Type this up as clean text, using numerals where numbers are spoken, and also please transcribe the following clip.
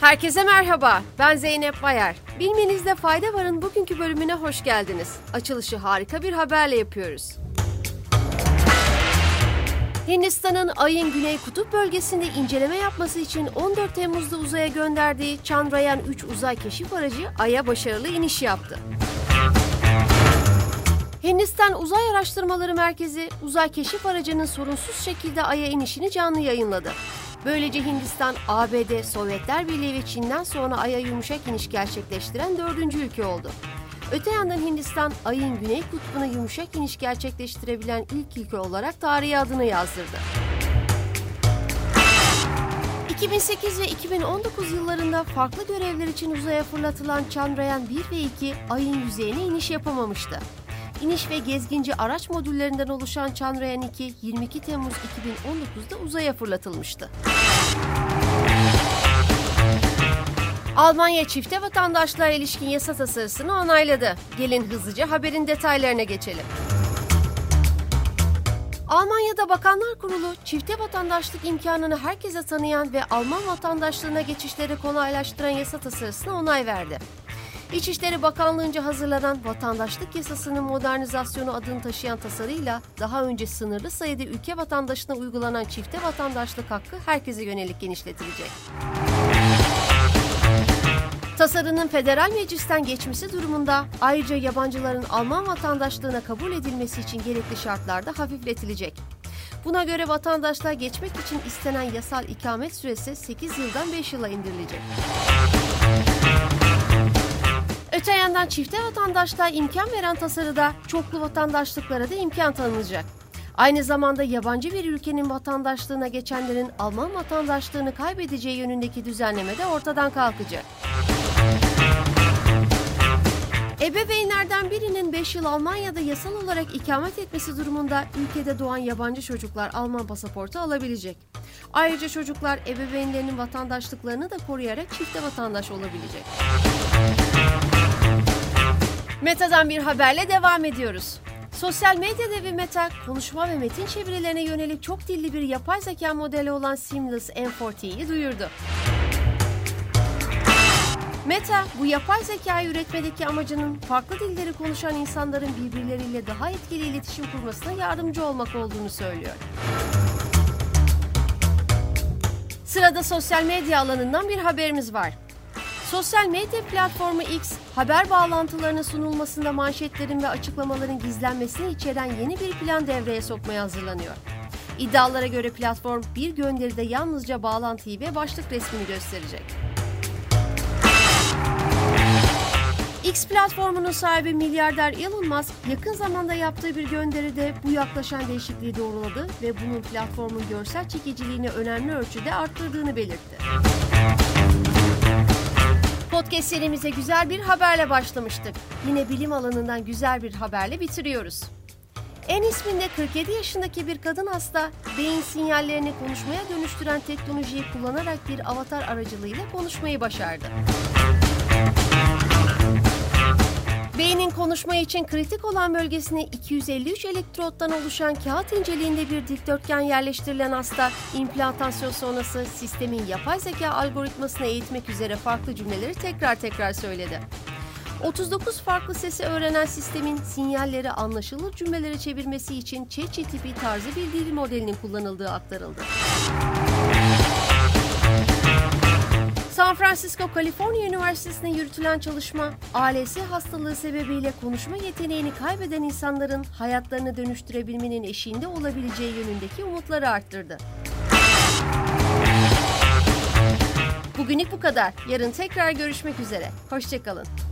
Herkese merhaba, ben Zeynep Bayar. Bilmenizde fayda varın bugünkü bölümüne hoş geldiniz. Açılışı harika bir haberle yapıyoruz. Hindistan'ın Ay'ın Güney Kutup bölgesinde inceleme yapması için 14 Temmuz'da uzaya gönderdiği Chandrayaan-3 uzay keşif aracı Ay'a başarılı iniş yaptı. Hindistan Uzay Araştırmaları Merkezi, uzay keşif aracının sorunsuz şekilde Ay'a inişini canlı yayınladı. Böylece Hindistan, ABD, Sovyetler Birliği ve Çin'den sonra Ay'a yumuşak iniş gerçekleştiren 4. ülke oldu. Öte yandan Hindistan, Ay'ın Güney Kutbu'na yumuşak iniş gerçekleştirebilen ilk ülke olarak tarihe adını yazdırdı. 2008 ve 2019 yıllarında farklı görevler için uzaya fırlatılan Chandrayaan 1 ve 2, Ay'ın yüzeyine iniş yapamamıştı. İniş ve gezginci araç modüllerinden oluşan Chandrayaan 2, 22 Temmuz 2019'da uzaya fırlatılmıştı. Almanya çifte vatandaşlığa ilişkin yasa tasarısını onayladı. Gelin hızlıca haberin detaylarına geçelim. Almanya'da Bakanlar Kurulu, çifte vatandaşlık imkanını herkese tanıyan ve Alman vatandaşlığına geçişleri kolaylaştıran yasa tasarısına onay verdi. İçişleri Bakanlığı'nca hazırlanan vatandaşlık yasasının modernizasyonu adını taşıyan tasarıyla daha önce sınırlı sayıda ülke vatandaşına uygulanan çifte vatandaşlık hakkı herkese yönelik genişletilecek. Tasarının federal meclisten geçmesi durumunda ayrıca yabancıların Alman vatandaşlığına kabul edilmesi için gerekli şartlar da hafifletilecek. Buna göre vatandaşlığa geçmek için istenen yasal ikamet süresi 8 yıldan 5 yıla indirilecek. Öte yandan çifte vatandaşlığa imkan veren tasarıda çoklu vatandaşlıklara da imkan tanınacak. Aynı zamanda yabancı bir ülkenin vatandaşlığına geçenlerin Alman vatandaşlığını kaybedeceği yönündeki düzenleme de ortadan kalkacak. Ebeveynlerden birinin 5 yıl Almanya'da yasal olarak ikamet etmesi durumunda ülkede doğan yabancı çocuklar Alman pasaportu alabilecek. Ayrıca çocuklar ebeveynlerinin vatandaşlıklarını da koruyarak çifte vatandaş olabilecek. Meta'dan bir haberle devam ediyoruz. Sosyal medya devi Meta, konuşma ve metin çevirilerine yönelik çok dilli bir yapay zeka modeli olan Seamless M4'yi duyurdu. Meta, bu yapay zekayı üretmedeki amacının farklı dilleri konuşan insanların birbirleriyle daha etkili iletişim kurmasına yardımcı olmak olduğunu söylüyor. Sırada sosyal medya alanından bir haberimiz var. Sosyal medya platformu X, haber bağlantılarının sunulmasında manşetlerin ve açıklamaların gizlenmesini içeren yeni bir plan devreye sokmaya hazırlanıyor. İddialara göre platform bir gönderide yalnızca bağlantıyı ve başlık resmini gösterecek. X platformunun sahibi milyarder Elon Musk, yakın zamanda yaptığı bir gönderide bu yaklaşan değişikliği doğruladı ve bunun platformun görsel çekiciliğini önemli ölçüde arttırdığını belirtti. Podcast serimize güzel bir haberle başlamıştık. Yine bilim alanından güzel bir haberle bitiriyoruz. En isminde 47 yaşındaki bir kadın hasta, beyin sinyallerini konuşmaya dönüştüren teknolojiyi kullanarak bir avatar aracılığıyla konuşmayı başardı. Beynin konuşma için kritik olan bölgesine 253 elektrottan oluşan kağıt inceliğinde bir dikdörtgen yerleştirilen hasta, implantasyon sonrası sistemin yapay zeka algoritmasını eğitmek üzere farklı cümleleri tekrar söyledi. 39 farklı sesi öğrenen sistemin sinyalleri anlaşılır cümlelere çevirmesi için ChatGPT tarzı bir dil modelinin kullanıldığı aktarıldı. San Francisco, Kaliforniya Üniversitesi'nde yürütülen çalışma, ALS hastalığı sebebiyle konuşma yeteneğini kaybeden insanların hayatlarını dönüştürebilmenin eşiğinde olabileceği yönündeki umutları arttırdı. Bugünlük bu kadar. Yarın tekrar görüşmek üzere. Hoşça kalın.